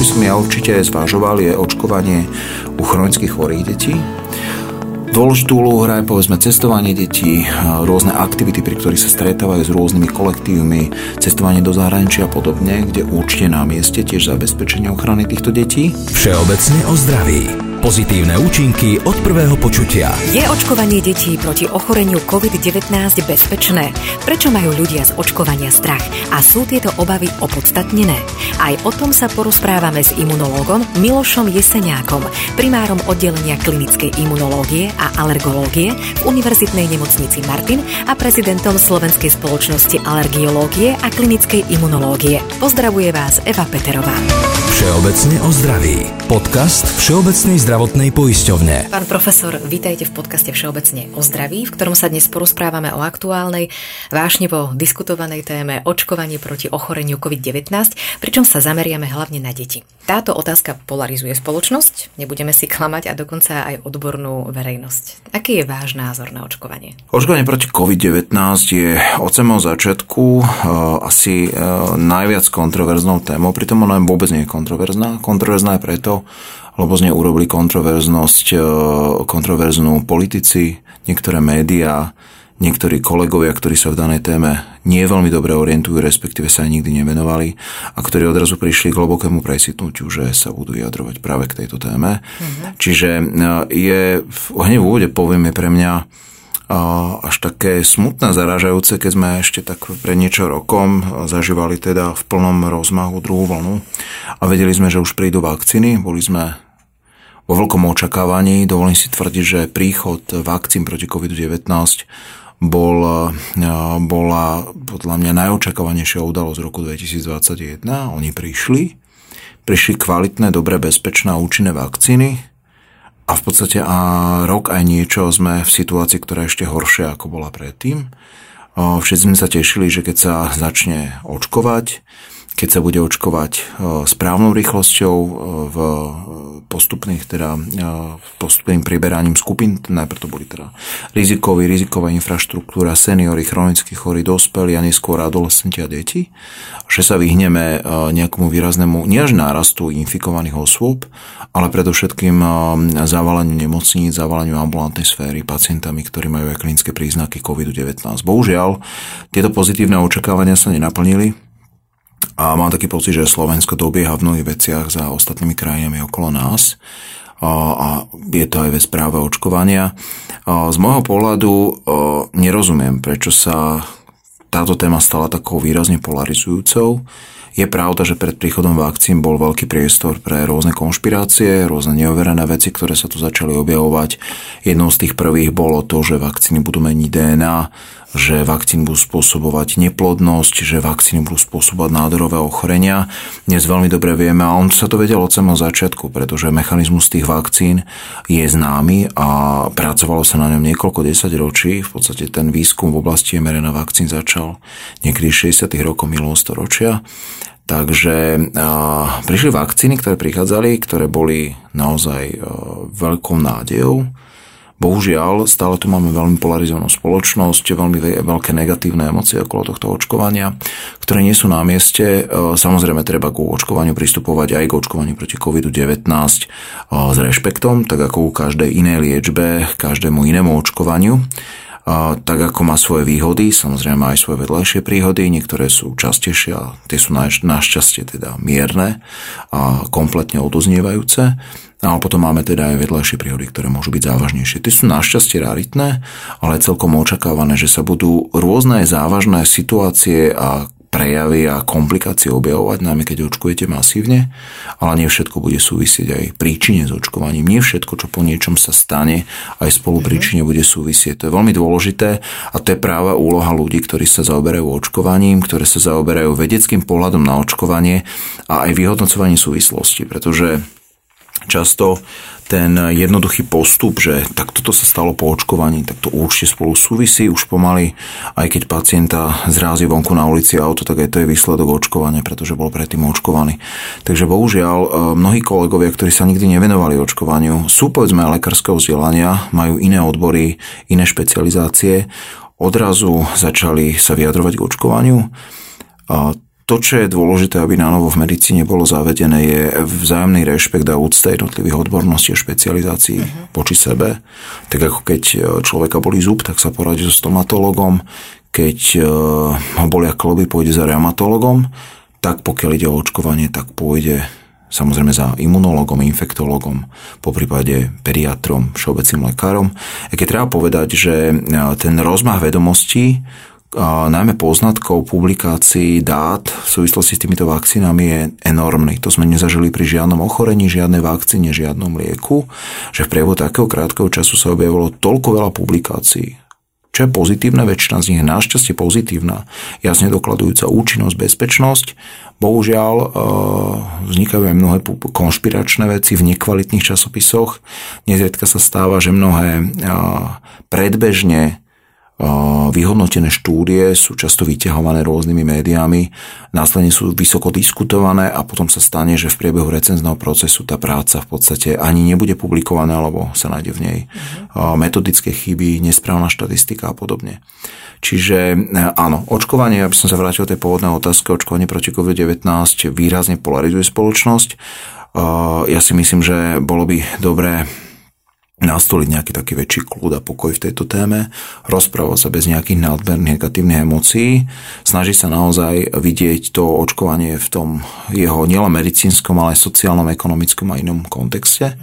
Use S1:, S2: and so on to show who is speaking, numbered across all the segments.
S1: som ja určite zvažoval, je očkovanie u chronických chorých detí. Dôležitú úlohu hraje povedzme cestovanie detí, rôzne aktivity, pri ktorých sa stretávajú s rôznymi kolektívmi, cestovanie do zahraničia a podobne, kde určite na mieste tiež zabezpečenie ochrany týchto detí.
S2: Všeobecne o zdraví. Pozitívne účinky od prvého počutia.
S3: Je očkovanie detí proti ochoreniu COVID-19 bezpečné? Prečo majú ľudia z očkovania strach? A sú tieto obavy opodstatnené? Aj o tom sa porozprávame s imunológom Milošom Jeseniakom, primárom oddelenia klinickej imunológie a alergológie v Univerzitnej nemocnici Martin a prezidentom Slovenskej spoločnosti alergiológie a klinickej imunológie. Pozdravuje vás Eva Peterová.
S2: Všeobecne o zdraví. Podcast Všeobecnej zdravotnej poisťovne.
S3: Pán profesor, vítajte v podcaste Všeobecne o zdraví, v ktorom sa dnes porozprávame o aktuálnej, vášnivo diskutovanej téme očkovanie proti ochoreniu COVID-19, pričom sa zameriame hlavne na deti. Táto otázka polarizuje spoločnosť, nebudeme si klamať, a dokonca aj odbornú verejnosť. Aký je váš názor na očkovanie?
S1: Očkovanie proti COVID-19 je od samého začiatku asi najviac kontroverznou témou, pritom ona vôbec nie je kontroverzná. Kontroverzná je preto, lebo z nej urobili kontroverznú politici, niektoré médiá, niektorí kolegovia, ktorí sa v danej téme nie veľmi dobre orientujú, respektíve sa aj nikdy nevenovali a ktorí odrazu prišli k hlbokému presitnutiu, že sa budú vyjadrovať práve k tejto téme. Čiže hneď v úvode poviem, je pre mňa až také smutné, zarážajúce, keď sme ešte tak pred niečo rokom zažívali teda v plnom rozmahu druhú vlnu a vedeli sme, že už prídu vakcíny, boli sme vo veľkom očakávaní. Dovolím si tvrdiť, že príchod vakcín proti COVID-19 bola podľa mňa najočakávanejšia udalosť roku 2021. Oni prišli kvalitné, dobré, bezpečné a účinné vakcíny a v podstate rok aj niečo sme v situácii, ktorá je ešte horšia, ako bola predtým. Všetci sme sa tešili, že keď sa začne očkovať, keď sa bude očkovať správnou rýchlosťou v postupným priberaním skupín, najprv to boli teda riziková infraštruktúra, seniori, chronicky chorí, dospelí a neskôr adolescenti a deti, že sa vyhneme nejakomu výraznému nie až nárastu infikovaných osôb, ale predovšetkým zavaleniu nemocníc, zavaleniu ambulantnej sféry pacientami, ktorí majú aj klinické príznaky COVID-19. Bohužiaľ, tieto pozitívne očakávania sa nenaplnili. A mám taký pocit, že Slovensko dobieha v mnohých veciach za ostatnými krajinami okolo nás a je to aj vec práve očkovania. Z môjho pohľadu nerozumiem, prečo sa táto téma stala takou výrazne polarizujúcou. Je pravda, že pred príchodom vakcín bol veľký priestor pre rôzne konšpirácie, rôzne neoverené veci, ktoré sa tu začali objavovať. Jednou z tých prvých bolo to, že vakcíny budú meniť DNA, že vakcíny budú spôsobovať neplodnosť, že vakcíny budú spôsobovať nádorové ochorenia. Dnes veľmi dobre vieme, a on sa to vedel od samého začiatku, pretože mechanizmus tých vakcín je známy a pracovalo sa na ňom niekoľko desaťročí. V podstate ten výskum v oblasti mRNA vakcín začal niekedy v 60. rokoch minulého storočia. Takže prišli vakcíny, ktoré prichádzali, ktoré boli naozaj veľkou nádejou. Bohužiaľ, stále tu máme veľmi polarizovanú spoločnosť, veľmi veľké negatívne emócie okolo tohto očkovania, ktoré nie sú na mieste. Samozrejme, treba k očkovaniu pristupovať aj k očkovaniu proti COVID-19 s rešpektom, tak ako u každej inej liečbe, každému inému očkovaniu. Tak ako má svoje výhody, samozrejme má aj svoje vedľajšie príhody, niektoré sú častejšie a tie sú našťastie teda mierne a kompletne odoznievajúce. Ale potom máme teda aj vedľajšie príhody, ktoré môžu byť závažnejšie. Tie sú našťastie raritné, ale celkom očakávané, že sa budú rôzne závažné situácie a prejavy a komplikácie objavovať, najmä keď očkujete masívne, ale nie všetko bude súvisieť aj príčine s očkovaním. Nie všetko, čo po niečom sa stane, aj spolu príčine bude súvisieť. To je veľmi dôležité a to je práve úloha ľudí, ktorí sa zaoberajú očkovaním, ktorí sa zaoberajú vedeckým pohľadom na očkovanie a aj vyhodnocovaním súvislosti, pretože často ten jednoduchý postup, že tak toto sa stalo po očkovaní, tak to určite spolu súvisí už pomaly, aj keď pacienta zrázi vonku na ulici auto, tak aj to je výsledok očkovania, pretože bol predtým očkovaný. Takže bohužiaľ, mnohí kolegovia, ktorí sa nikdy nevenovali očkovaniu, sú povedzme lekárskeho vzdelania, majú iné odbory, iné špecializácie, odrazu začali sa vyjadrovať k očkovaniu. To, čo je dôležité, aby na novo v medicíne bolo zavedené, je vzájomný rešpekt a úcta jednotlivých odborností a špecializácií voči sebe. Tak ako keď človeka bolí zub, tak sa poradí so stomatologom, keď ho bolia kĺby, pôjde za reumatologom, tak pokiaľ ide o očkovanie, tak pôjde samozrejme za imunologom, infektologom, poprípade pediatrom, všeobecným lekárom. Keď treba povedať, že ten rozmach vedomostí, najmä poznatkov, publikácií, dát v súvislosti s týmito vakcínami je enormný. To sme nezažili pri žiadnom ochorení, žiadnej vakcíne, žiadnom lieku, že v priebehu takého krátkeho času sa objavilo toľko veľa publikácií. Čo je pozitívne, väčšina z nich je našťastie pozitívna, jasne dokladujúca účinnosť, bezpečnosť. Bohužiaľ vznikajú aj mnohé konšpiračné veci v nekvalitných časopisoch. Nezriedka sa stáva, že mnohé predbežne vyhodnotené štúdie sú často vyťahované rôznymi médiami, následne sú vysoko diskutované a potom sa stane, že v priebehu recenzného procesu tá práca v podstate ani nebude publikovaná, alebo sa nájde v nej metodické chyby, nesprávna štatistika a podobne. Čiže áno, očkovanie, aby som sa vrátil tej pôvodnej otázke, očkovanie proti COVID-19 výrazne polarizuje spoločnosť. Ja si myslím, že bolo by dobré nastoliť nejaký taký väčší kľud a pokoj v tejto téme, rozprávať sa bez nejakých nadmerných negatívnych emócií, snaží sa naozaj vidieť to očkovanie v tom jeho nielen medicínskom, ale aj sociálnom, ekonomickom a inom kontexte.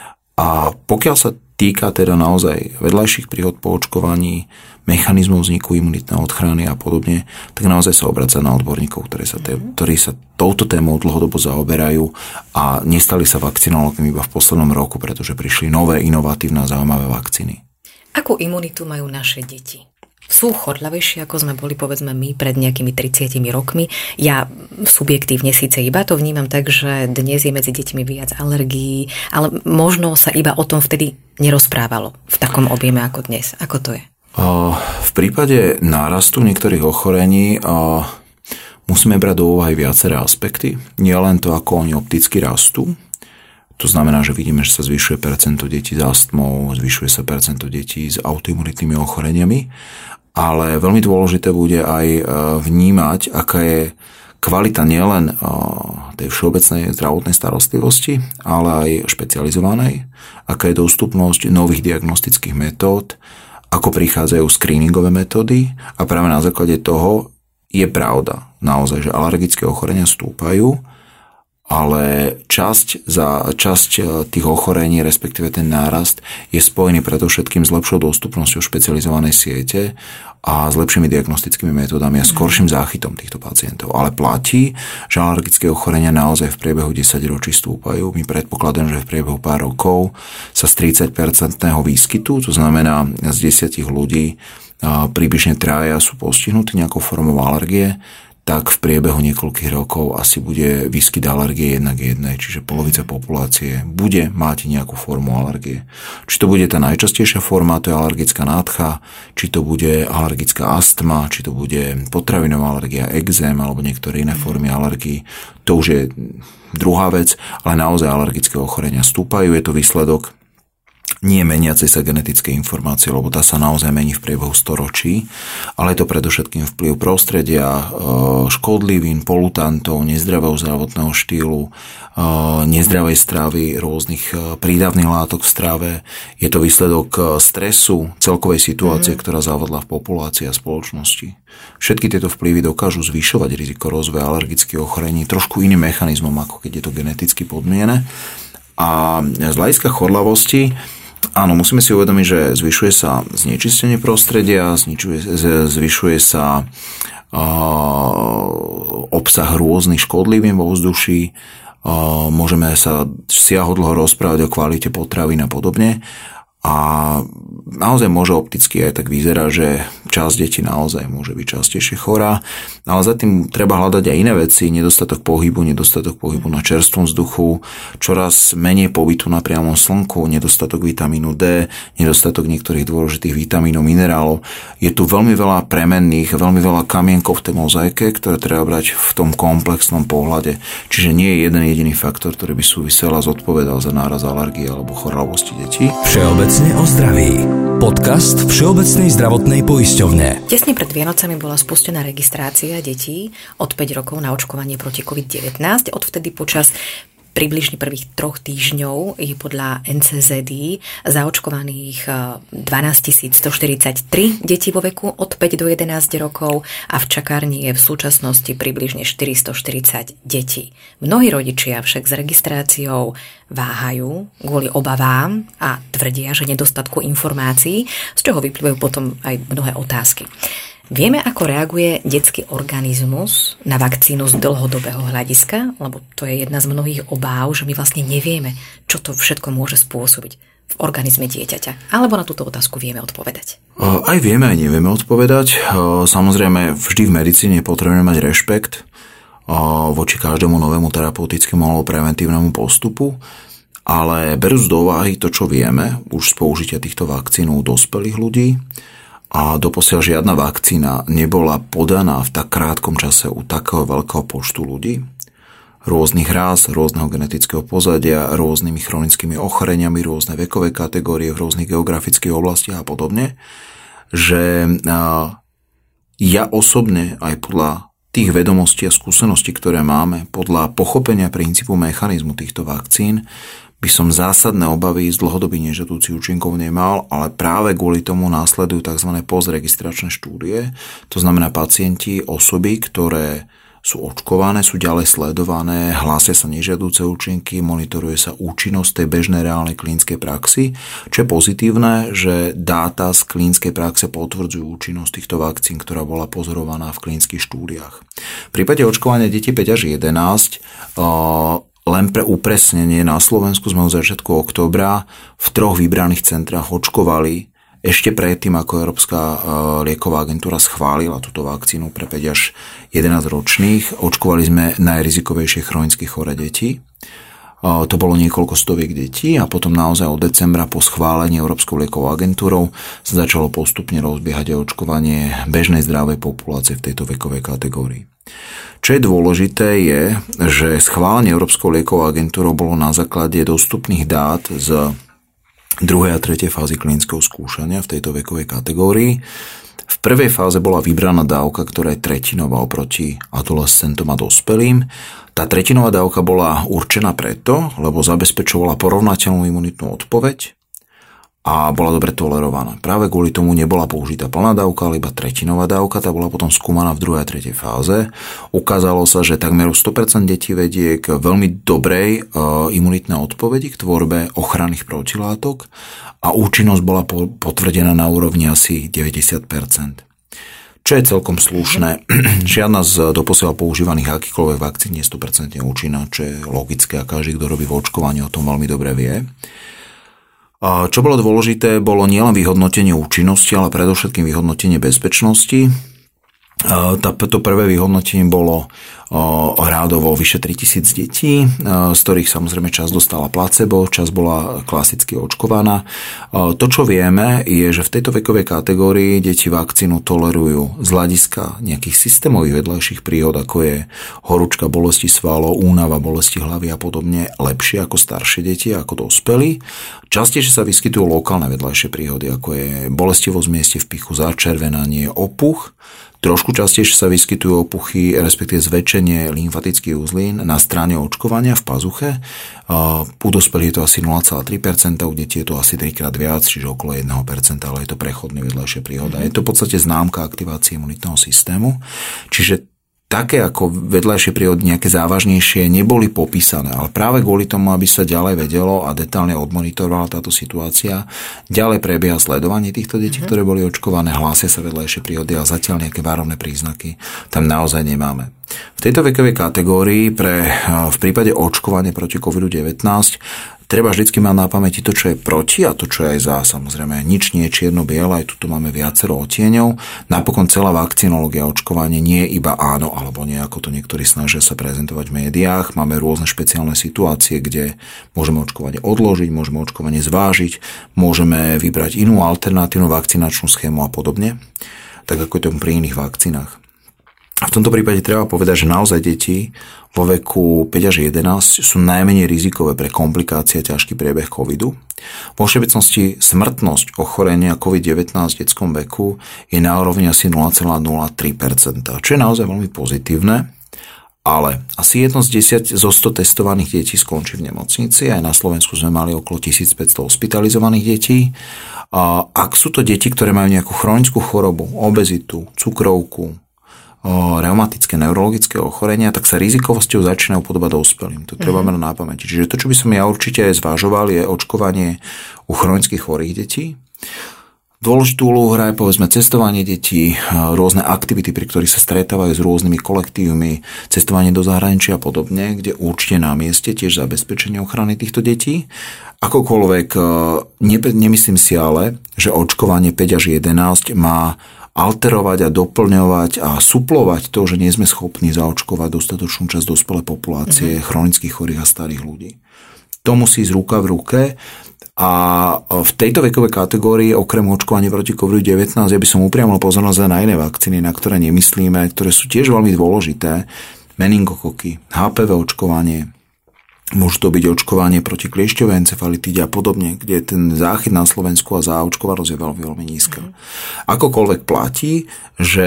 S1: A pokiaľ sa týka teda naozaj vedľajších príhod po očkovaní, mechanizmov vzniku imunitnej ochrany a podobne, tak naozaj sa obraca na odborníkov, ktorí sa touto témou dlhodobo zaoberajú a nestali sa vakcinológmi iba v poslednom roku, pretože prišli nové, inovatívne a zaujímavé vakcíny.
S3: Akú imunitu majú naše deti? Sú chorľavejšie, ako sme boli, povedzme, my pred nejakými 30 rokmi. Ja subjektívne síce iba to vnímam tak, že dnes je medzi deťmi viac alergií, ale možno sa iba o tom vtedy nerozprávalo v takom objeme ako dnes. Ako to je?
S1: V prípade nárastu niektorých ochorení musíme brať do úvahy viaceré aspekty. Nie len to, ako oni opticky rastú. To znamená, že vidíme, že sa zvyšuje percento detí s astmou, zvyšuje sa percento detí s autoimunitnými ochoreniami, ale veľmi dôležité bude aj vnímať, aká je kvalita nielen tej všeobecnej zdravotnej starostlivosti, ale aj špecializovanej, aká je dostupnosť nových diagnostických metód, ako prichádzajú screeningové metódy a práve na základe toho je pravda naozaj, že alergické ochorenia stúpajú, ale časť tých ochorení, respektíve ten nárast, je spojený predovšetkým s lepšou dostupnosťou špecializovanej siete a s lepšími diagnostickými metódami a skorším záchytom týchto pacientov. Ale platí, že alergické ochorenia naozaj v priebehu 10 ročí stúpajú. My predpokladáme, že v priebehu pár rokov sa z 30% výskytu, to znamená z 10 ľudí približne 3 sú postihnutí nejakou formou alergie, tak v priebehu niekoľkých rokov asi bude výskyt alergie 1:1, čiže polovica populácie bude mať nejakú formu alergie. Či to bude tá najčastejšia forma, to je alergická nádcha, či to bude alergická astma, či to bude potravinová alergia, ekzém alebo niektoré iné formy alergií, to už je druhá vec, ale naozaj alergické ochorenia stúpajú, je to výsledok nie meniacej sa genetické informácie, lebo tá sa naozaj mení v priebehu storočí, ale je to predovšetkým vplyv prostredia, škodlivín, polutantov, nezdravého zdravotného štýlu, nezdravej stravy, rôznych prídavných látok v strave. Je to výsledok stresu, celkovej situácie, ktorá zavadla v populácii a spoločnosti. Všetky tieto vplyvy dokážu zvyšovať riziko rozvoja alergických ochorení trošku iným mechanizmom, ako keď je to geneticky podmienené. A z hľadiska chorľavosti, áno, musíme si uvedomiť, že zvyšuje sa znečistenie prostredia, zvyšuje sa obsah rôznych škodlivín vo vzduší, môžeme sa siahodlho rozprávať o kvalite potravín a podobne. A naozaj môže opticky aj tak vyzerať, že časť detí naozaj môže byť častejšie chorá, ale za tým treba hľadať aj iné veci, nedostatok pohybu na čerstvom vzduchu, čoraz menej pobytu na priamom slnku, nedostatok vitamínu D, nedostatok niektorých dôležitých vitamínov, minerálov. Je tu veľmi veľa premenných, veľmi veľa kamienkov v tej mozaike, ktoré treba brať v tom komplexnom pohľade. Čiže nie je jeden jediný faktor, ktorý by súvisel a zodpovedal za náraz alergie alebo chorľavosti detí.
S2: Všeobecne o zdraví. Podcast Všeobecnej zdravotnej poisťovne.
S3: Tesne pred Vianocami bola spustená registrácia detí od 5 rokov na očkovanie proti COVID-19. Odvtedy počas približne prvých 3 týždňov je podľa NCZD zaočkovaných 12 143 detí vo veku od 5 do 11 rokov a v čakárni je v súčasnosti približne 440 detí. Mnohí rodičia však s registráciou váhajú kvôli obavám a tvrdia, že nedostatku informácií, z čoho vyplývajú potom aj mnohé otázky. Vieme, ako reaguje detský organizmus na vakcínu z dlhodobého hľadiska, lebo to je jedna z mnohých obáv, že my vlastne nevieme, čo to všetko môže spôsobiť v organizme dieťaťa. Alebo na túto otázku vieme odpovedať?
S1: Aj vieme, aj nevieme odpovedať. Samozrejme, vždy v medicíne je potrebné mať rešpekt voči každému novému terapeutickému alebo preventívnemu postupu, ale berúc do úvahy to, čo vieme už z použitia týchto vakcín u dospelých ľudí, a doposiaľ žiadna vakcína nebola podaná v tak krátkom čase u takého veľkého počtu ľudí, rôznych rás, rôzneho genetického pozadia, rôznymi chronickými ochoreniami, rôzne vekové kategórie v rôznych geografických oblastiach a podobne, že ja osobne aj podľa tých vedomostí a skúseností, ktoré máme, podľa pochopenia princípu mechanizmu týchto vakcín, by som zásadné obavy z dlhodobých nežiaducich účinkov nemal, ale práve kvôli tomu následujú tzv. Postregistračné štúdie. To znamená pacienti, osoby, ktoré sú očkované, sú ďalej sledované, hlásia sa nežiaduce účinky, monitoruje sa účinnosť tej bežnej reálnej klinickej praxi, čo je pozitívne, že dáta z klinickej praxe potvrdzujú účinnosť týchto vakcín, ktorá bola pozorovaná v klinických štúdiách. V prípade očkovania detí 5 až 11 len pre upresnenie, na Slovensku sme od začiatku októbra v 3 vybraných centrách očkovali ešte predtým, ako Európska lieková agentúra schválila túto vakcínu pre 5 až 11 ročných. Očkovali sme najrizikovejšie chronicky choré deti. To bolo niekoľko stoviek detí a potom naozaj od decembra po schválení Európskou liekovou agentúrou sa začalo postupne rozbiehať očkovanie bežnej zdravej populácie v tejto vekovej kategórii. Čo je dôležité je, že schválenie Európskou liekovou agentúrou bolo na základe dostupných dát z 2. a 3. fázy klinického skúšania v tejto vekovej kategórii. V prvej fáze bola vybraná dávka, ktorá je tretinová oproti adolescentom a dospelým. Tá tretinová dávka bola určená preto, lebo zabezpečovala porovnateľnú imunitnú odpoveď a bola dobre tolerovaná. Práve kvôli tomu nebola použitá plná dávka, ale iba tretinová dávka, tá bola potom skúmaná v 2. a 3. fáze. Ukázalo sa, že takmer 100% detí vedie k veľmi dobrej imunitnej odpovedi, k tvorbe ochranných protilátok a účinnosť bola potvrdená na úrovni asi 90%. Čo je celkom slušné. Žiadna z doposiaľ používaných akýchkoľvek vakcín nie je 100% účinná, čo je logické a každý, kto robí v očkovaní, o tom veľmi dobre vie. Čo bolo dôležité, bolo nielen vyhodnotenie účinnosti, ale predovšetkým vyhodnotenie bezpečnosti. To prvé vyhodnotenie bolo rádovo vyše 3000 detí, z ktorých samozrejme časť dostala placebo, časť bola klasicky očkovaná. To, čo vieme, je, že v tejto vekovej kategórii deti vakcínu tolerujú z hľadiska nejakých systémových vedľajších príhod, ako je horúčka, bolesti svalov, únava, bolesti hlavy a podobne, lepšie ako staršie deti, ako dospelí. Častejšie sa vyskytujú lokálne vedľajšie príhody, ako je bolestivosť v mieste vpichu, začervenanie, opuch. Trošku častejšie sa vyskytujú opuchy, respektíve zväčšenie lymfatických uzlín na strane očkovania v pazuche. U dospelých je to asi 0,3%, u detí je to asi 3-krát viac, čiže okolo 1%, ale je to prechodný vedľajšia príhoda. Je to v podstate známka aktivácie imunitného systému. Čiže také ako vedľajšie príhody nejaké závažnejšie neboli popísané, ale práve kvôli tomu, aby sa ďalej vedelo a detálne odmonitorovala táto situácia, ďalej prebieha sledovanie týchto detí, ktoré boli očkované, hlásia sa vedľajšie príhody a zatiaľ nejaké varovné príznaky tam naozaj nemáme. V tejto vekovej kategórii v prípade očkovania proti COVID-19 treba vždycky mať na pamäti to, čo je proti a to, čo je aj za. Samozrejme, nič nie je čierno-biele, aj tu máme viacero odtieňov. Napokon celá vakcinológia očkovanie nie je iba áno alebo nie, ako to niektorí snažia sa prezentovať v médiách. Máme rôzne špeciálne situácie, kde môžeme očkovanie odložiť, môžeme očkovanie zvážiť, môžeme vybrať inú alternatívnu vakcinačnú schému a podobne, tak ako je to pri iných vakcínach. A v tomto prípade treba povedať, že naozaj deti vo veku 5 až 11 sú najmenej rizikové pre komplikácie a ťažký priebeh covidu. Vo všeobecnosti smrtnosť ochorenia COVID-19 v detskom veku je na úrovni asi 0,03%, čo je naozaj veľmi pozitívne. Ale asi 1 zo 100 testovaných detí skončí v nemocnici. Aj na Slovensku sme mali okolo 1500 hospitalizovaných detí. Ak sú to deti, ktoré majú nejakú chronickú chorobu, obezitu, cukrovku, reumatické, neurologické ochorenia, tak sa rizikovosťou začínajú podobať dospelým. To treba mať na pamäti. Čiže to, čo by som ja určite zvažoval, je očkovanie u chronických chorých detí. Dôležitú úlohu hraje povedzme cestovanie detí, rôzne aktivity, pri ktorých sa stretávajú s rôznymi kolektívmi, cestovanie do zahraničia a podobne, kde určite na mieste tiež zabezpečenie ochrany týchto detí. Akokoľvek, nemyslím si ale, že očkovanie 5 až 11 má alterovať a doplňovať a suplovať to, že nie sme schopní zaočkovať dostatočnú časť dospelej populácie chronických chorých a starých ľudí. To musí ísť ruka v ruke. A v tejto vekovej kategórii, okrem očkovania proti COVID-19, ja by som upriamil pozornosť na iné vakcíny, na ktoré nemyslíme, ktoré sú tiež veľmi dôležité. Meningokoky, HPV očkovanie, môže to byť očkovanie proti kliešťovej encefalitíde a podobne, kde ten záchyt na Slovensku a zaočkovanosť je veľmi, veľmi nízka. Akokoľvek platí, že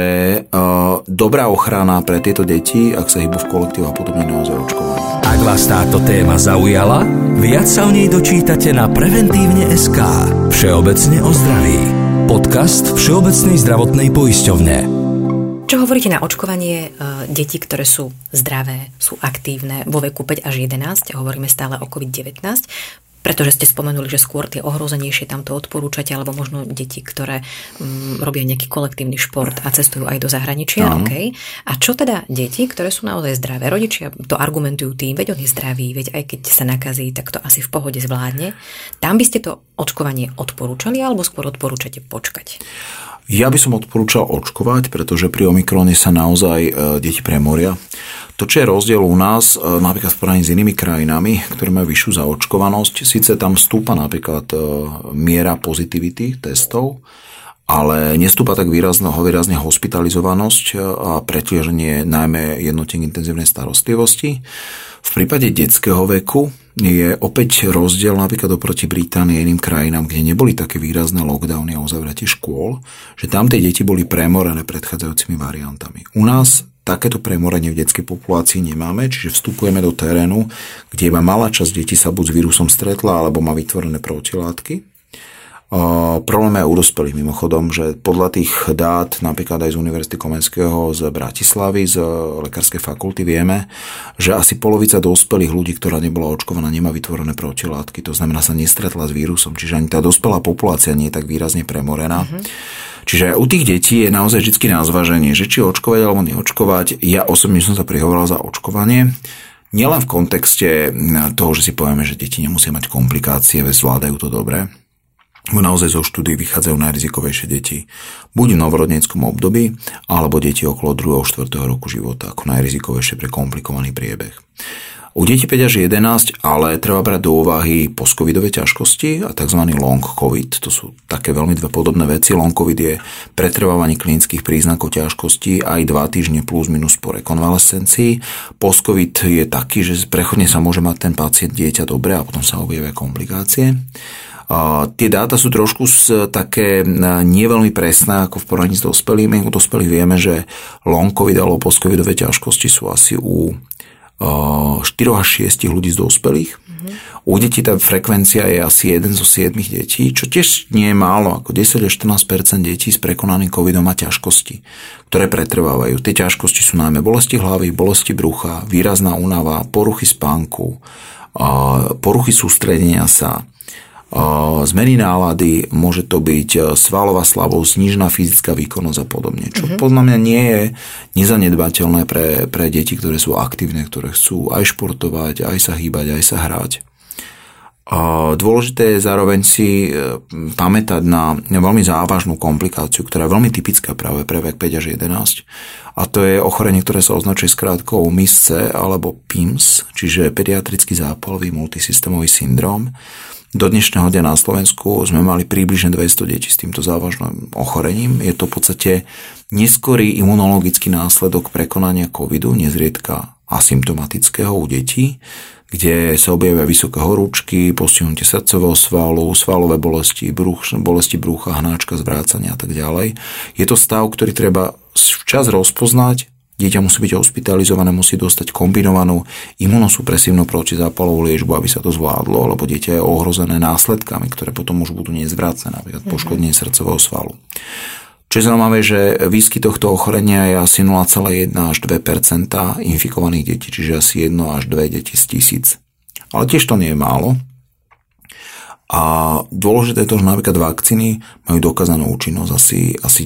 S1: dobrá ochrana pre tieto deti, ak sa hýbu v kolektíve a podobne, naozaj očkovanie.
S2: Ak vás táto téma zaujala, viac sa o nej dočítate na Preventívne.sk. Všeobecne o zdraví. Podcast Všeobecnej zdravotnej poisťovne.
S3: Čo hovoríte na očkovanie detí, ktoré sú zdravé, sú aktívne vo veku 5 až 11, hovoríme stále o COVID-19, pretože ste spomenuli, že skôr tie ohrozenejšie tam to odporúčate, alebo možno deti, ktoré robia nejaký kolektívny šport a cestujú aj do zahraničia. Okay. A čo teda deti, ktoré sú naozaj zdravé? Rodičia to argumentujú tým, veď on je zdravý, veď aj keď sa nakazí, tak to asi v pohode zvládne. Tam by ste to očkovanie odporúčali, alebo skôr odporúčate počkať?
S1: Ja by som odporúčal očkovať, pretože pri Omikrone sa naozaj deti premoria. To, čo je rozdiel u nás, napríklad v porovnaní s inými krajinami, ktoré majú vyššiu zaočkovanosť, síce tam stúpa napríklad miera pozitivity testov, ale nestúpa tak výrazne hospitalizovanosť a pretieženie najmä jednotiek intenzívnej starostlivosti. V prípade detského veku je opäť rozdiel napríklad oproti Británii a iným krajinám, kde neboli také výrazné lockdowny a uzavretie škôl, že tam tie deti boli premorené predchádzajúcimi variantami. U nás takéto premorenie v detskej populácii nemáme, čiže vstupujeme do terénu, kde iba malá časť detí sa buď s vírusom stretla, alebo má vytvorené protilátky. Problém je u dospelých mimochodom, že podľa tých dát napríklad aj z Univerzity Komenského z Bratislavy, z lekárskej fakulty vieme, že asi polovica dospelých ľudí, ktorá nebola očkovaná, nemá vytvorené protilátky, to znamená sa nestretla s vírusom, čiže ani tá dospelá populácia nie je tak výrazne premorená. Čiže u tých detí je naozaj vždy na zváženie, že či očkovať alebo neočkovať. Ja osobne som sa prihovoril za očkovanie. Nielen v kontexte toho, že si povieme, že deti nemusia mať komplikácie, veď zvládajú to dobre. Naozaj zo štúdií vychádzajú najrizikovejšie deti buď v novorodníckom období, alebo deti okolo 2. a 4. roku života ako najrizikovejšie pre komplikovaný priebeh. U detí 5 až 11 ale treba brať do úvahy postcovidové ťažkosti a tzv. Long COVID. To sú také veľmi dve podobné veci. Long COVID je pretrvávanie klinických príznakov ťažkosti aj 2 týždne plus minus po rekonvalescencii. Post-COVID je taký, že prechodne sa môže mať ten pacient dieťa dobre a potom sa objavia komplikácie. Tie dáta sú trošku také nie veľmi presné ako v porovnaní s dospelými. U dospelých vieme, že long covid alebo post-covidové ťažkosti sú asi u 4 až 6 ľudí z dospelých. U detí tá frekvencia je asi 1 zo 7 detí, čo tiež nie je málo, ako 10 až 14% detí s prekonaným covidom má ťažkosti, ktoré pretrvávajú. Tie ťažkosti sú najmä bolesti hlavy, bolesti brucha, výrazná únava, poruchy spánku, poruchy sústredenia sa, zmeny nálady, môže to byť svalová slabosť, znížená fyzická výkonnosť a podobne. Čo podľa mňa nie je nezanedbateľné pre deti, ktoré sú aktívne, ktoré chcú aj športovať, aj sa hýbať, aj sa hrať. Dôležité je zároveň si pamätať na veľmi závažnú komplikáciu, ktorá je veľmi typická práve pre vek 5 až 11. A to je ochorenie, ktoré sa označuje skrátkou MIS-C alebo PIMS, čiže pediatrický zápalový multisystémový syndrom. Do dnešného dňa na Slovensku sme mali približne 200 detí s týmto závažným ochorením. Je to v podstate neskorý imunologický následok prekonania covidu, nezriedka asymptomatického u detí, kde sa objavia vysoké horúčky, postihnutie srdcového svalu, svalové bolesti, bolesti brúcha, hnáčka, zvrácania a tak ďalej. Je to stav, ktorý treba včas rozpoznať. Dieťa musí byť hospitalizované, musí dostať kombinovanú imunosupresívnu protizápalovú liečbu, aby sa to zvládlo, lebo dieťa je ohrozené následkami, ktoré potom už budú nezvratné, napríklad poškodenie srdcového svalu. Čo je zaujímavé, že výskyt tohto ochorenia je asi 0,1 až 2% infikovaných detí, čiže asi 1 až 2 deti z 1000. Ale tiež to nie je málo. A dôležité je to, že napríklad vakcíny majú dokázanú účinnosť asi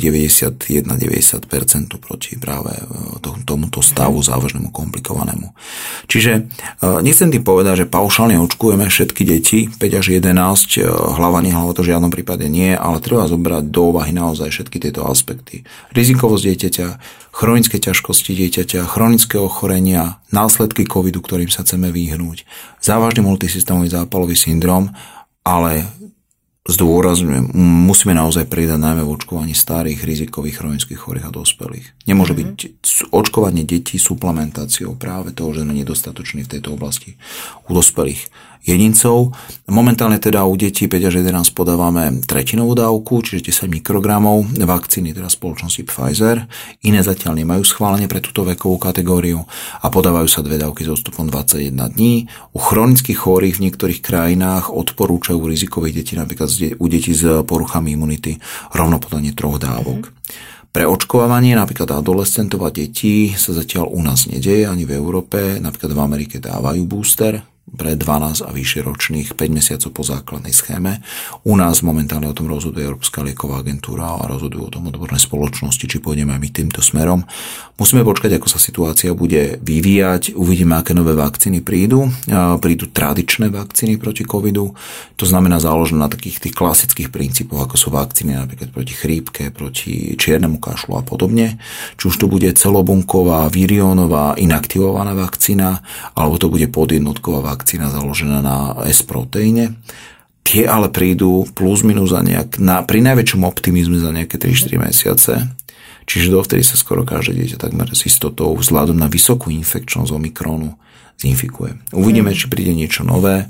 S1: 91-90% proti práve tomuto stavu závažnému, komplikovanému. Čiže nechcem tým povedať, že paušálne očkujeme všetky deti, 5 až 11, hlava nehlava to v žiadnom prípade nie, ale treba zobrať do úvahy naozaj všetky tieto aspekty. Rizikovosť dieťaťa, chronické ťažkosti dieťaťa, chronické ochorenia, následky covidu, ktorým sa chceme vyhnúť, závažný multisystémový zápalový syndrom. Ale zdôrazňujem, musíme naozaj pridať najmä v očkovaní starých, rizikových, chronických chorých a dospelých. Nemôže byť očkovanie detí suplementáciou práve toho, že sme nedostatoční v tejto oblasti u dospelých jedincov. Momentálne teda u detí 5 až 11 podávame tretinovú dávku, čiže 10 mikrogramov vakcíny teda spoločnosti Pfizer. Iné zatiaľ nemajú schválenie pre túto vekovú kategóriu a podávajú sa 2 dávky s odstupom 21 dní. U chronických chorých v niektorých krajinách odporúčajú rizikových detí, napríklad u detí s poruchami imunity, rovno podanie 3 dávok. Pre očkovanie napríklad adolescentov a detí sa zatiaľ u nás nedeje, ani v Európe. Napríklad v Amerike dávajú booster pre 12 a vyššie ročných 5 mesiacov po základnej schéme. U nás momentálne o tom rozhoduje Európska lieková agentúra a rozhodujú o tom odborné spoločnosti, či pôjdeme aj my týmto smerom. Musíme počkať, ako sa situácia bude vyvíjať. Uvidíme, aké nové vakcíny prídu. Prídu tradičné vakcíny proti covidu. To znamená založené na takých tých klasických princípoch, ako sú vakcíny napríklad proti chrípke, proti čiernemu kašlu a podobne. Či už to bude celobunková, viriónová, inaktivovaná vakcína, alebo to bude podjednotková vakcína založená na S-proteíne. Tie ale prídu plus minus pri najväčšom optimizme za nejaké 3-4 mesiace. Čiže dovtedy sa skoro každé dieťa takmer s istotou vzhľadom na vysokú infekčnosť Omikronu zinfikuje. Uvidíme, či príde niečo nové.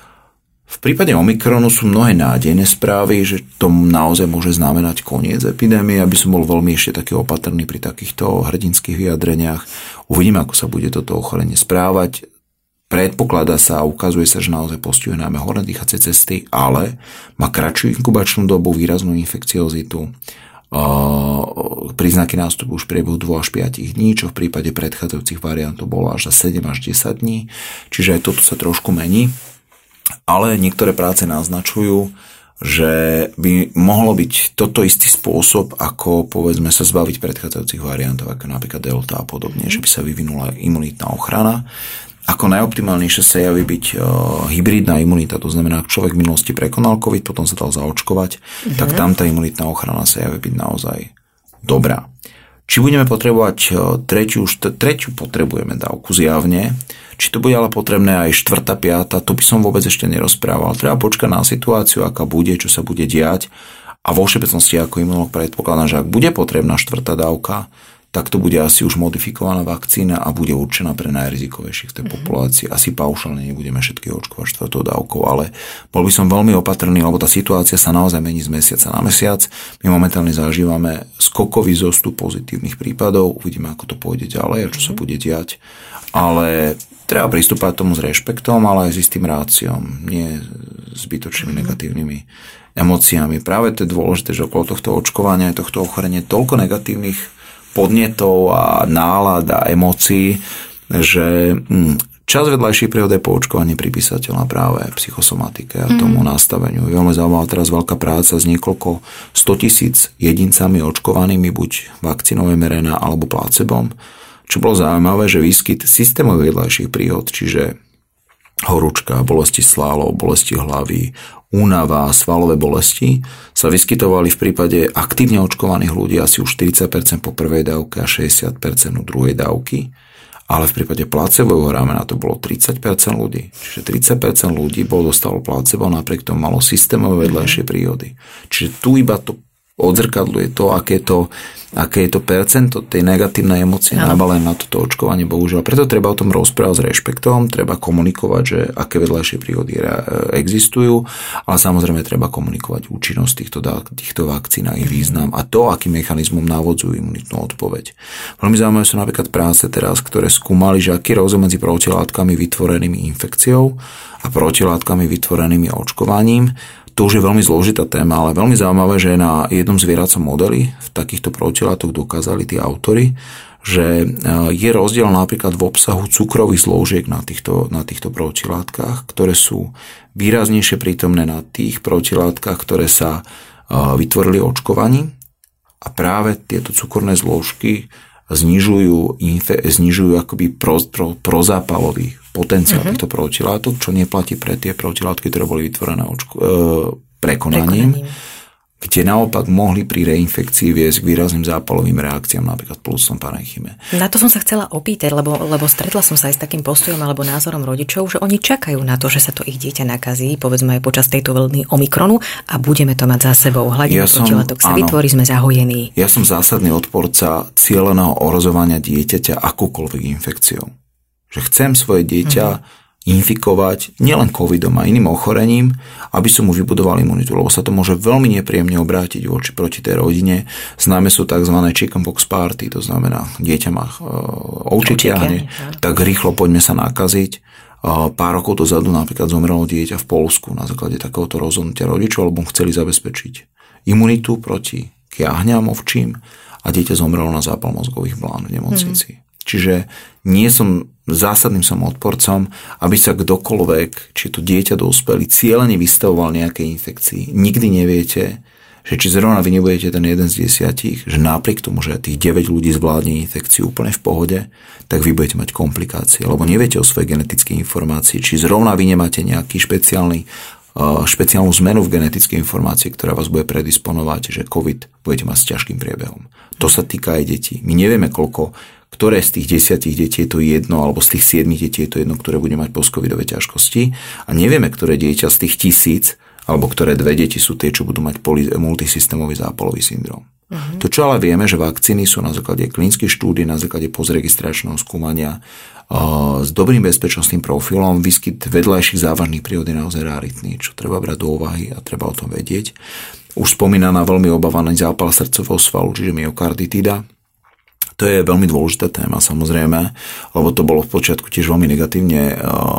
S1: V prípade Omikronu sú mnohé nádejné správy, že to naozaj môže znamenať koniec epidémie, aby som bol veľmi ešte taký opatrný pri takýchto hrdinských vyjadreniach. Uvidíme, ako sa bude toto ochorenie správať. Predpokladá sa a ukazuje sa, že naozaj postihuje najmä horné dýchacie cesty, ale má kratšiu inkubačnú dobu, výraznú infekciozitu. Príznaky nástupu už v priebehu 2 až 5 dní, čo v prípade predchádzajúcich variantov bolo až za 7 až 10 dní. Čiže aj toto sa trošku mení. Ale niektoré práce naznačujú, že by mohlo byť toto istý spôsob, ako povedzme sa zbaviť predchádzajúcich variantov, ako napríklad Delta a podobne, že by sa vyvinula imunitná ochrana. Ako najoptimálnejšie sa javí byť hybridná imunita, to znamená, ak človek v minulosti prekonal COVID, potom sa dal zaočkovať, tak tam tá imunitná ochrana sa javí byť naozaj dobrá. Či budeme potrebovať tretiu potrebujeme dávku zjavne, či to bude ale potrebné aj 4., 5., to by som vôbec ešte nerozprával. Treba počkať na situáciu, aká bude, čo sa bude diať a vo všeobecnosti ako imunológ predpokladám, že ak bude potrebná 4. dávka, tak to bude asi už modifikovaná vakcína a bude určená pre najrizikovejších v tej populácii. Asi paušálne nebudeme všetky očkovať 4. dávkou, ale bol by som veľmi opatrný, lebo tá situácia sa naozaj mení z mesiaca na mesiac. My momentálne zažívame skokový zostup pozitívnych prípadov, uvidíme, ako to pôjde ďalej a čo sa bude diať. Ale treba pristúpať tomu s rešpektom, ale aj s istým ráciom, nie zbytočnými negatívnymi emóciami. Práve to je dôležité, že okolo tohto očkovania, tohto ochorenia toľko negatívnych podnetov a nálad a emócií, že čas vedľajších príhod je po očkovaní pripísateľná práve psychosomatike a tomu nastaveniu. Je veľmi zaujímavá teraz veľká práca s niekoľko 100 000 jedincami očkovanými buď vakcínou mRNA alebo placebom. Čo bolo zaujímavé, že výskyt systémových vedľajších príhod, čiže horúčka, bolesti svalov, bolesti hlavy, únava, svalové bolesti sa vyskytovali v prípade aktívne očkovaných ľudí asi už 40% po prvej dávke a 60% u druhej dávky. ale v prípade placebového ramena to bolo 30% ľudí. Čiže 30% ľudí dostalo placebo, napriek tomu malo systémové vedľajšie príhody. Čiže tu iba to odzrkadľuje to, aké je to percento tej negatívnej emócie nabalené na toto očkovanie, bohužiaľ. Preto treba o tom rozprávať s rešpektom, treba komunikovať, že aké vedľajšie príhody existujú, ale samozrejme treba komunikovať účinnosť týchto vakcín a ich význam a to, akým mechanizmom navodzujú imunitnú odpoveď. Veľmi zaujímavé sú napríklad práce teraz, ktoré skúmali, že aký je rozdiel medzi protilátkami vytvorenými infekciou a protilátkami vytvorenými očkovaním. To už je veľmi zložitá téma, ale veľmi zaujímavé, že na jednom zvieracom modeli v takýchto protilátok dokázali tí autori, že je rozdiel napríklad v obsahu cukrových zložiek na týchto protilátkach, ktoré sú výraznejšie prítomné na tých protilátkach, ktoré sa vytvorili očkovaním a práve tieto cukorné zložky znižujú akoby prozápalový potenciál týchto protilátok, čo neplatí pre tie protilátky, ktoré boli vytvorené prekonaním, kde naopak mohli pri reinfekcii viesť k výrazným zápalovým reakciám, napríklad pľúcnom parenchyme.
S3: Na to som sa chcela opýtať, lebo stretla som sa aj s takým postojom alebo názorom rodičov, že oni čakajú na to, že sa to ich dieťa nakazí, povedzme aj počas tejto vlny Omikronu a budeme to mať za sebou. Hladina protilátok sa vytvorí, sme zahojení.
S1: Ja som zásadný odporca cieleného ohrozovania dieťaťa akúkoľvek infekciou. Že chcem svoje dieťa infikovať nielen covidom a iným ochorením, aby som mu vybudoval imunitu, lebo sa to môže veľmi nepríjemne obrátiť proti tej rodine. Známe sú tzv. Chickenpox party, to znamená, dieťa má ovčie ťahne, tak rýchlo poďme sa nakaziť. Pár rokov dozadu napríklad zomrelo dieťa v Poľsku na základe takéhoto rozhodnutia rodičov, lebo chceli zabezpečiť imunitu proti kiahňam ovčím a dieťa zomrelo na zápal mozgových blán v nemocnici. Čiže zásadným som odporcom, aby sa kdokoľvek, či to dieťa dospelý, cieľene vystavoval nejakej infekcii. Nikdy neviete, že či zrovna vy nebudete ten jeden z 10, že napriek tomu, že tých 9 ľudí zvládne infekciu úplne v pohode, tak vy budete mať komplikácie, lebo neviete o svojej genetickej informácii, či zrovna vy nemáte nejaký špeciálnu zmenu v genetickej informácii, ktorá vás bude predisponovať, že COVID budete mať s ťažkým priebehom. To sa týka aj detí. My nevieme, ktoré z tých 10 detí je to jedno, alebo z tých 7 detí je to jedno, ktoré bude mať post-covidové ťažkosti a nevieme, ktoré dieťa z tých 1000, alebo ktoré 2 deti sú tie, čo budú mať multisystémový zápalový syndrom. To, čo ale vieme, že vakcíny sú na základe klinických štúdií, na základe postregistračného skúmania s dobrým bezpečnostným profilom, výskyt vedľajších závažných príhod je naozaj raritný, čo treba brať do úvahy a treba o tom vedieť. Už spomínaná veľmi obávaný zápal srdcového svalu, čiže myokarditída. To je veľmi dôležitá téma, samozrejme, lebo to bolo v počiatku tiež veľmi negatívne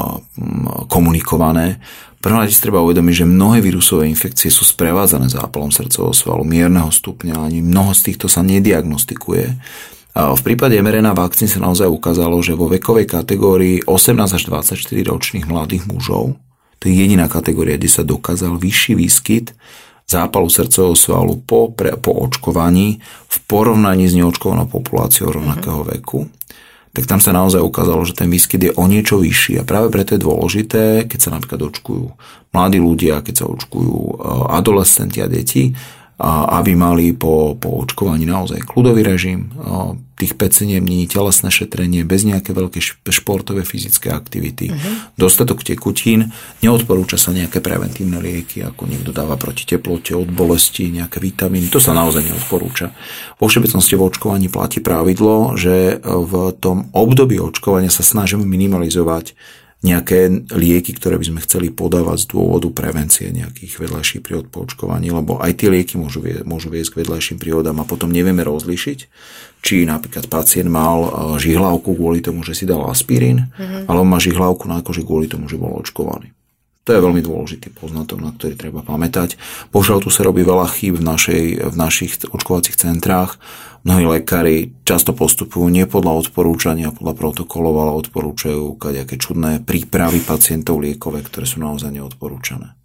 S1: komunikované. Prvom rade si treba uvedomiť, že mnohé vírusové infekcie sú sprevádzané zápalom srdcového svalu mierneho stupňa, ani mnoho z týchto sa nediagnostikuje. V prípade mRNA vakcín sa naozaj ukázalo, že vo vekovej kategórii 18 až 24 ročných mladých mužov, to je jediná kategória, kde sa dokázal vyšší výskyt zápalu srdcového svalu po očkovaní v porovnaní s neočkovanou populáciou rovnakého veku, tak tam sa naozaj ukázalo, že ten výskyt je o niečo vyšší a práve preto je dôležité, keď sa napríklad očkujú mladí ľudia, keď sa očkujú adolescenti a deti, aby mali po očkovaní naozaj kľudový režim, tých 5-7 dní, telesné šetrenie, bez nejaké veľké športové fyzické aktivity, dostatok tekutín, neodporúča sa nejaké preventívne lieky, ako niekto dáva proti teplote, od bolesti, nejaké vitamíny, to sa naozaj neodporúča. Vo všeobecnosti v očkovaní platí pravidlo, že v tom období očkovania sa snažíme minimalizovať nejaké lieky, ktoré by sme chceli podávať z dôvodu prevencie nejakých vedľajších príhod po očkovaní, lebo aj tie lieky môžu viesť k vedľajším príhodám a potom nevieme rozlíšiť, či napríklad pacient mal žihlavku kvôli tomu, že si dal aspirín, alebo má žihlavku na koži kvôli tomu, že bol očkovaný. To je veľmi dôležitý poznatok, na ktorý treba pamätať. Bohužiaľ, tu sa robí veľa chýb v našich očkovacích centrách. Mnohí lekári často postupujú nie podľa odporúčania, podľa protokolov, ale odporúčajú kadejaké čudné prípravy pacientov liekové, ktoré sú naozaj neodporúčané.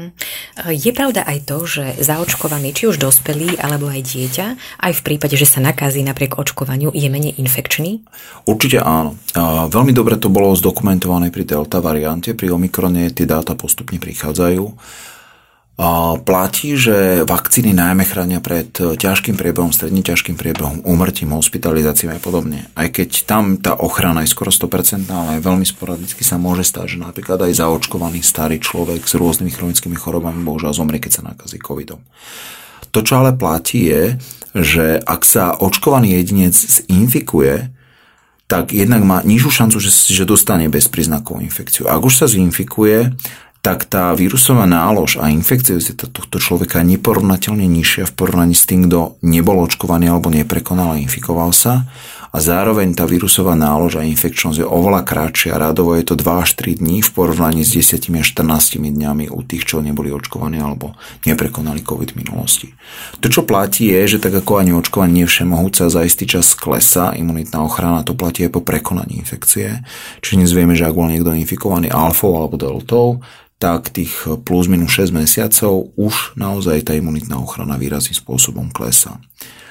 S3: Je pravda aj to, že zaočkovaný, či už dospelý, alebo aj dieťa, aj v prípade, že sa nakazí napriek očkovaniu, je menej infekčný?
S1: Určite áno. Veľmi dobre to bolo zdokumentované pri delta variante, pri Omikrone tie dáta postupne prichádzajú. Platí, že vakcíny najmä chránia pred ťažkým priebehom, stredne ťažkým priebehom, úmrtím, hospitalizáciami a podobne. Aj keď tam tá ochrana je skoro 100%, ale veľmi sporadicky sa môže stať, že napríklad aj zaočkovaný starý človek s rôznymi chronickými chorobami bohužiaľ zomrie, keď sa nakazí covidom. To, čo ale platí, je, že ak sa očkovaný jedinec zinfikuje, tak jednak má nižšiu šancu, že dostane bezpríznakovú infekciu. Ak už sa zinfikuje, tak tá vírusová nálož a infekciozita tohto človeka je neporovnateľne nižšia v porovnaní s tým, kto nebol očkovaný alebo neprekonal a infikoval sa. A zároveň tá vírusová nálož a infekčnosť je oveľa kratšia. Rádovo je to 2 až 3 dní v porovnaní s 10 až 14 dňami u tých, čo neboli očkovaní alebo neprekonali COVID v minulosti. To, čo platí, je, že tak ako ani očkovanie všemohúce za istý čas klesá imunitná ochrana, to platí aj po prekonaní infekcie. Čiže dnes vieme, že ak bol niekto infikovaný alfou alebo deltou, tak tých plus minus 6 mesiacov už naozaj tá imunitná ochrana výrazným spôsobom klesá.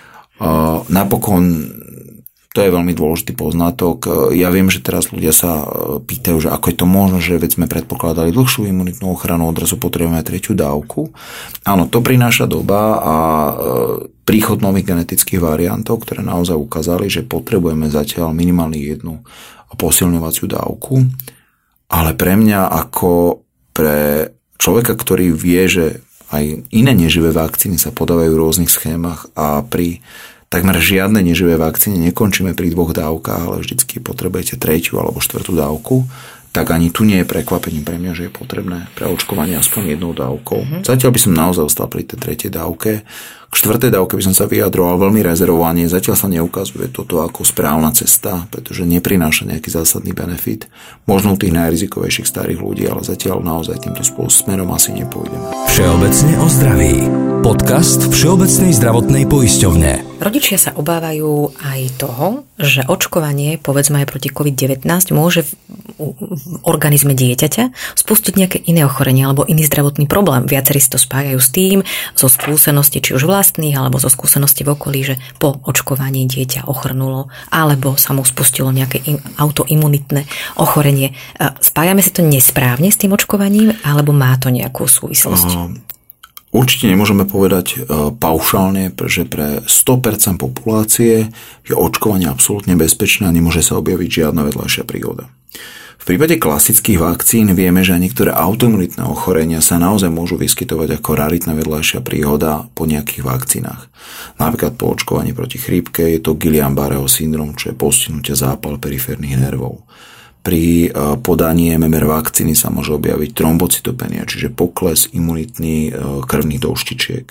S1: Napokon, to je veľmi dôležitý poznatok. Ja viem, že teraz ľudia sa pýtajú, že ako je to možno, že veď sme predpokladali dlhšiu imunitnú ochranu, odrazu potrebujeme 3. dávku. Áno, to prináša doba a príchod nových genetických variantov, ktoré naozaj ukázali, že potrebujeme zatiaľ minimálne 1 posilňovaciu dávku. Ale pre mňa ako pre človeka, ktorý vie, že aj iné neživé vakcíny sa podávajú v rôznych schémach a pri takmer žiadnej neživej vakcíne nekončíme pri 2 dávkach, ale vždycky potrebujete 3. alebo 4. dávku, tak ani tu nie je prekvapením pre mňa, že je potrebné pre očkovanie aspoň 1 dávkou. Zatiaľ by som naozaj ostal pri tej 3. dávke. K 4. dávke by som sa vyjadroval veľmi rezervovane. Zatiaľ sa neukazuje toto ako správna cesta, pretože neprináša nejaký zásadný benefit. Možno u tých najrizikovejších starých ľudí, ale zatiaľ naozaj týmto smerom asi nepôjdeme.
S2: Všeobecne o zdraví. Podcast Všeobecnej zdravotnej poisťovne.
S3: Rodičia sa obávajú aj toho, že očkovanie, povedzme aj proti COVID-19, môže v organizme dieťaťa spustiť nejaké iné ochorenie alebo iný zdravotný problém. Viacerí si to spájajú s tým, zo skúseností, či už vlastných, alebo zo skúseností v okolí, že po očkovaní dieťa ochrnulo, alebo sa mu spustilo nejaké autoimunitné ochorenie. Spájame si to nesprávne s tým očkovaním, alebo má to nejakú súvislosť?
S1: Určite nemôžeme povedať paušálne, že pre 100% populácie je očkovanie absolútne bezpečné a nemôže sa objaviť žiadna vedľajšia príhoda. V prípade klasických vakcín vieme, že niektoré autoimunitné ochorenia sa naozaj môžu vyskytovať ako raritná vedľajšia príhoda po nejakých vakcínach. Napríklad po očkovaní proti chrípke je to Guillain-Barrého syndrom, čo je postihnutie zápal periférnych nervov. Pri podaní MMR vakcíny sa môže objaviť trombocytopenia, čiže pokles imunitný krvných douštičiek.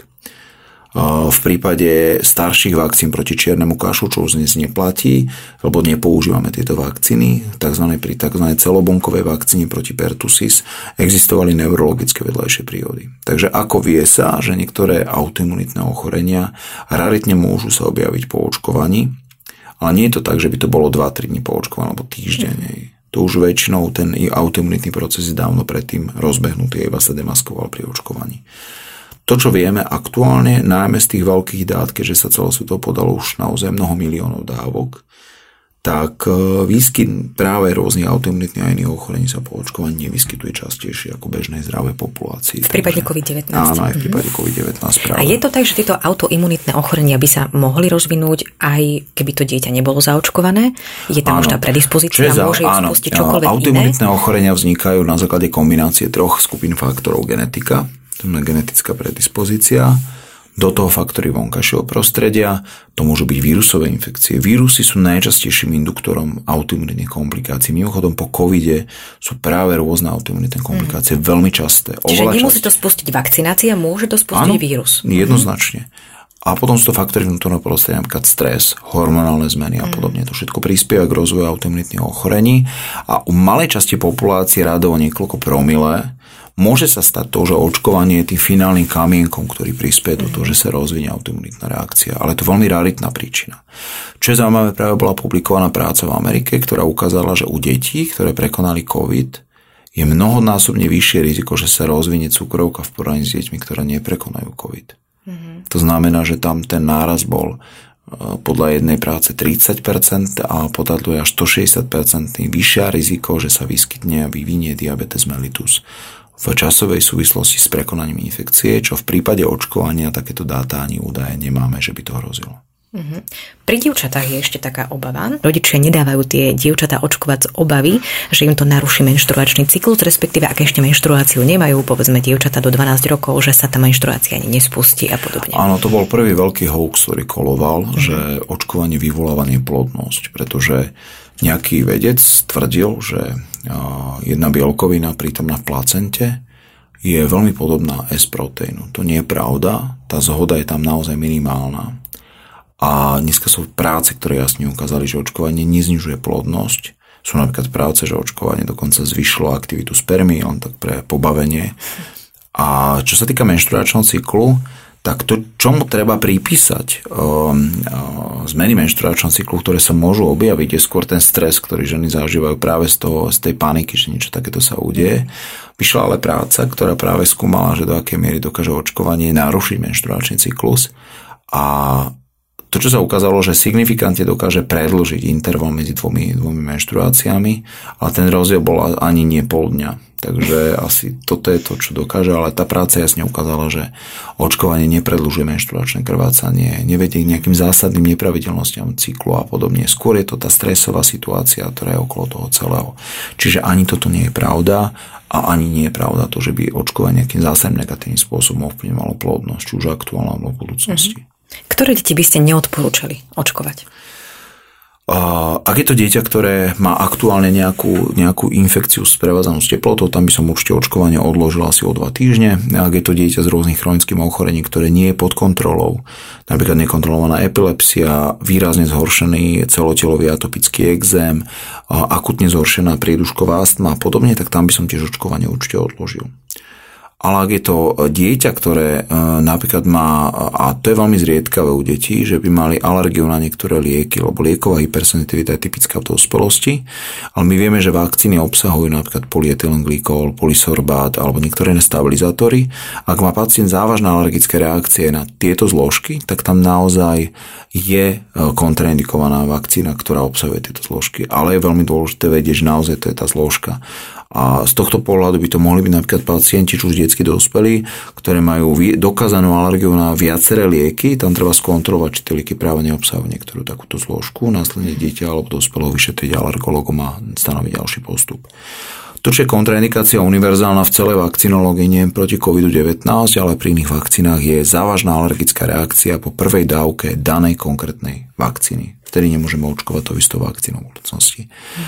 S1: V prípade starších vakcín proti čiernemu kašlu, čo už dnes neplatí, lebo nepoužívame tieto vakcíny, pri tzv. Celobunkovej vakcíne proti pertussis existovali neurologické vedľajšie príhody. Takže ako vie sa, že niektoré autoimunitné ochorenia raritne môžu sa objaviť po očkovaní, ale nie je to tak, že by to bolo 2-3 dní po očkovaní alebo týždeň. To už väčšinou ten autoimunitný proces je dávno predtým rozbehnutý, iba sa demaskoval pri očkovaní. To, čo vieme aktuálne, najmä z tých veľkých dát, keďže sa celosvetovo podalo už naozaj mnoho miliónov dávok, tak výskyt práve rôznych autoimunitných a iných ochorení sa po očkovaní nevyskytuje častejšie ako bežnej zdravej populácii.
S3: V prípade COVID-19.
S1: Áno, aj v prípade COVID-19 práve.
S3: A je to tak, že tieto autoimunitné ochorenia by sa mohli rozvinúť aj keby to dieťa nebolo zaočkované? Je tam už tá predispozícia a môže spustiť čokoľvek iné?
S1: Autoimunitné ochorenia vznikajú na základe kombinácie 3 skupín faktorov: genetika, genetická predispozícia, do toho faktory vonkajšieho prostredia, to môžu byť vírusové infekcie. Vírusy sú najčastejším induktorom autoimunitných komplikácií. Mimochodom po covide sú práve rôzne autoimunitné komplikácie veľmi časté.
S3: Čiže nemusí to spustiť vakcinácia, môže to spustiť vírus.
S1: Jednoznačne. A potom sú to faktory vnútorného prostredia, napríklad stres, hormonálne zmeny a podobne. To všetko prispieva k rozvoju autoimunitných ochorení a u malej časti populácie rádovo niekoľko promile môže sa stať to, že očkovanie je tým finálnym kamienkom, ktorý prispie do toho, že sa rozvinie autoimunitná reakcia. Ale to je veľmi raritná príčina. Čo je zaujímavé, práve bola publikovaná práca v Amerike, ktorá ukázala, že u detí, ktoré prekonali COVID, je mnohonásobne vyššie riziko, že sa rozvinie cukrovka v porovnaní s deťmi, ktoré neprekonajú COVID. To znamená, že tam ten náraz bol podľa jednej práce 30% a podľa až 160% vyššia riziko, že sa vyskytne a vyvinie diabetes mellitus v časovej súvislosti s prekonaním infekcie, čo v prípade očkovania takéto dáta ani údaje nemáme, že by to hrozilo.
S3: Pri dievčatách je ešte taká obava. Rodičia nedávajú tie dievčatá očkovať z obavy, že im to naruší menštruačný cyklus, respektíve ak ešte menštruáciu nemajú, povedzme dievčatá do 12 rokov, že sa tá menštruácia ani nespustí a podobne.
S1: Áno, to bol prvý veľký hoax, ktorý koloval, že očkovanie vyvoláva neplodnosť, pretože nejaký vedec tvrdil, že jedna bielkovina prítomná v placente je veľmi podobná S-proteínu. To nie je pravda, tá zhoda je tam naozaj minimálna. A dneska sú práce, ktoré jasne ukázali, že očkovanie neznižuje plodnosť. Sú napríklad práce, že očkovanie dokonca zvyšilo aktivitu spermí, len tak pre pobavenie. A čo sa týka menštruačného cyklu, tak to, čomu treba pripísať zmeny menštruačného cyklu, ktoré sa môžu objaviť, je skôr ten stres, ktorý ženy zažívajú práve z tej paniky, že niečo takéto sa udeje. Vyšla ale práca, ktorá práve skúmala, že do akej miery dokáže očkovanie narušiť menštruačný cyklus. A to, čo sa ukázalo, že signifikantne dokáže predĺžiť interval medzi dvomi menštruáciami, ale ten rozdiel bol ani nie pol dňa. Takže asi toto je to, čo dokáže, ale tá práca jasne ukázala, že očkovanie nepredĺžuje menštruačné krvácanie, nevedie k nejakým zásadným nepravidelnostiam cyklu a podobne. Skôr je to tá stresová situácia, ktorá je okolo toho celého. Čiže ani toto nie je pravda a ani nie je pravda to, že by očkovanie nejakým zásadným negatívnym spôsobom ovplyvňovalo plodnosť, či už aktuálne alebo v budúcnosti.
S3: Ktoré deti by ste neodporúčali očkovať?
S1: Ak je to dieťa, ktoré má aktuálne nejakú infekciu sprevádzanou s teplotou, tam by som určite očkovanie odložil asi o 2 týždne. Ak je to dieťa s rôznych chronickým ochorením, ktoré nie je pod kontrolou, napríklad nekontrolovaná epilepsia, výrazne zhoršený celotelový atopický ekzém, akutne zhoršená prídušková astma a podobne, tak tam by som tiež očkovanie určite odložil. Ale ak je to dieťa, ktoré napríklad má, a to je veľmi zriedkavé u detí, že by mali alergiu na niektoré lieky, lebo lieková hypersenzitivita je typická v dospelosti, ale my vieme, že vakcíny obsahujú napríklad polyetylenglykol, polysorbát alebo niektoré stabilizátory. Ak má pacient závažné alergické reakcie na tieto zložky, tak tam naozaj je kontraindikovaná vakcína, ktorá obsahuje tieto zložky. Ale je veľmi dôležité vedieť, že naozaj to je tá zložka. A z tohto pohľadu by to mohli byť napríklad pacienti, či už detskí dospelí, ktoré majú dokázanú alergiu na viaceré lieky. Tam treba skontrolovať, či tie lieky práve neobsahujú niektorú takúto zložku. Následne dieťa alebo dospelého vyšetriť alergologom a stanoviť ďalší postup. To, čo je kontraindikácia univerzálna v celej vakcinológii, nie proti COVID-19, ale pri iných vakcínach, je závažná alergická reakcia po prvej dávke danej konkrétnej vakcíny. Vtedy nemôžeme očkovať to istou vakcínou v budúcnosti.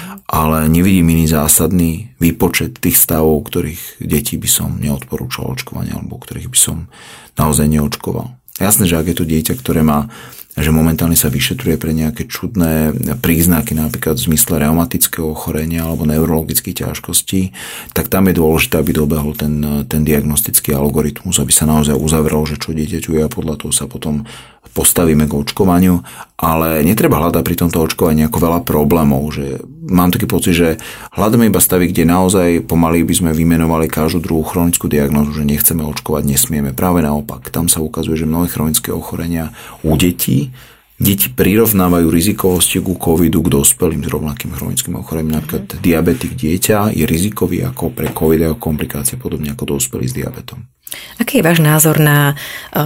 S1: Ale nevidím iný zásadný výpočet tých stavov, ktorých detí by som neodporúčal očkovanie, alebo ktorých by som naozaj neočkoval. Jasné, že ak je to dieťa, ktoré má, že momentálne sa vyšetruje pre nejaké čudné príznaky, napríklad v zmysle reumatického ochorenia alebo neurologických ťažkostí, tak tam je dôležité, aby dobehol ten diagnostický algoritmus, aby sa naozaj uzavrel, že čo dieťaťu je, a podľa toho sa potom postavíme k očkovaniu, ale netreba hľadať pri tomto očkovaní ako veľa problémov, že mám taký pocit, že hľadáme iba stavy, kde naozaj pomaly by sme vymenovali každú druhú chronickú diagnózu, že nechceme očkovať, nesmieme. Práve naopak, tam sa ukazuje, že mnohé chronické ochorenia u deti prirovnávajú rizikovosti ku covidu k dospelým s rovnakým chronickým ochorením. Napríklad diabetik dieťa je rizikový ako pre covid a komplikácie, podobne ako dospelý s diabetom.
S3: Aký je váš názor na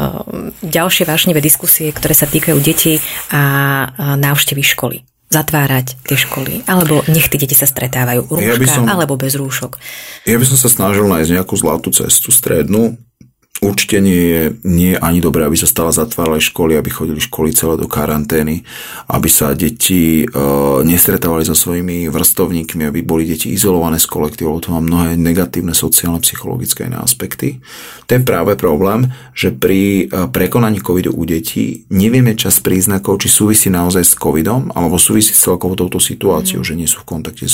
S3: ďalšie vášnivé diskusie, ktoré sa týkajú detí a návštevy školy? Zatvárať tie školy, alebo nech tie deti sa stretávajú, rúška alebo bez rúšok? Ja
S1: by som sa snažil nájsť nejakú zlatú cestu strednú. Určite nie je ani dobré, aby sa stále zatvárali školy, aby chodili školy celé do karantény, aby sa deti nestretávali so svojimi vrstovníkmi, aby boli deti izolované z kolektívov. To má mnohé negatívne sociálne, psychologické aspekty. Ten práve problém, že pri prekonaní covidu u detí nevieme čas príznakov, či súvisí naozaj s covidom, alebo súvisí s celkovou touto situáciou, že nie sú v kontakte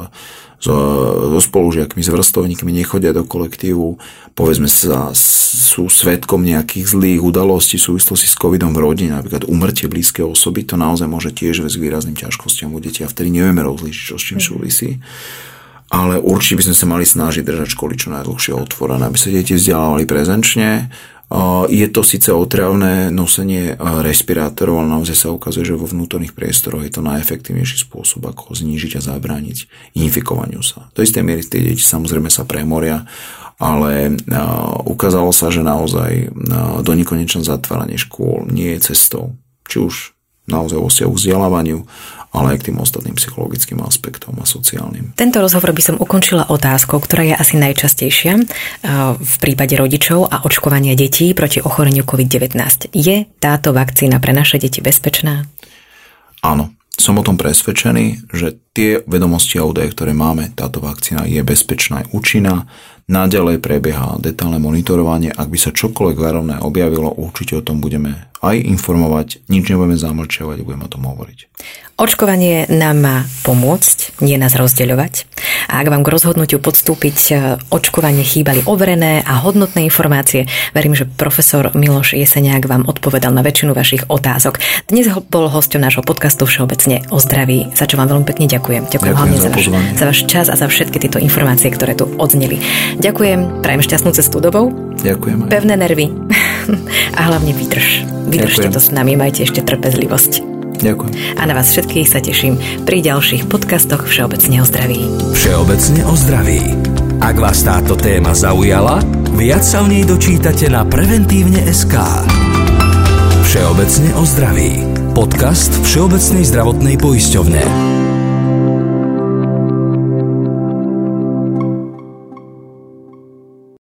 S1: so spolužiakmi, s vrstovníkmi, nechodia do kolektívu, povedzme sa, sú svedkom nejakých zlých udalostí v súvislosti s covidom v rodine, napríklad úmrtie blízkej osoby, to naozaj môže tiež viesť k výrazným ťažkostiam u detí a vtedy nevieme rozlíšiť, čo s čím súvisí. ale určite by sme sa mali snažiť držať školy čo najdlhšie otvorené, aby sa deti vzdelávali prezenčne. Je to síce otravné nosenie respirátorov, ale naozaj sa ukazuje, že vo vnútorných priestoroch je to najefektívnejší spôsob, ako ho znížiť a zabrániť infikovaniu sa. Do istej miery tie deti samozrejme sa premoria, ale ukázalo sa, že naozaj do nekonečna zatváranie škôl nie je cestou. Či už naozaj vo vzťahu k vzdelávaniu, ale aj k tým ostatným psychologickým aspektom a sociálnym.
S3: Tento rozhovor by som ukončila otázkou, ktorá je asi najčastejšia v prípade rodičov a očkovania detí proti ochoreniu COVID-19. Je táto vakcína pre naše deti bezpečná?
S1: Áno. Som o tom presvedčený, že tie vedomosti a údaje, ktoré máme, táto vakcína je bezpečná, je účinná. Naďalej prebieha detailné monitorovanie. Ak by sa čokoľvek varovné objavilo, určite o tom budeme aj informovať, nič nebudeme zamlčiavať, budeme o tom hovoriť.
S3: Očkovanie nám má pomôcť, nie nás rozdeľovať. A ak vám k rozhodnutiu podstúpiť očkovanie chýbali overené a hodnotné informácie, verím, že profesor Miloš Jeseniak vám odpovedal na väčšinu vašich otázok. Dnes bol hosťom nášho podcastu Všeobecne o zdraví, za čo vám veľmi pekne ďakujem. Ďakujem hlavne za váš čas a za všetky tieto informácie, ktoré tu odzneli. Ďakujem, prajem šťastnú cestu domov.
S1: Ďakujem.
S3: Pevné nervy a hlavne vydrž. Vydržte to s nami, majte ešte trpezlivosť.
S1: Ďakujem.
S3: A na vás všetkých sa teším pri ďalších podcastoch Všeobecne o zdraví.
S2: Všeobecne o zdraví. Ak vás táto téma zaujala, viac sa o nej dočítate na preventívne.sk. Všeobecne o zdraví. Podcast Všeobecnej zdravotnej poisťovne.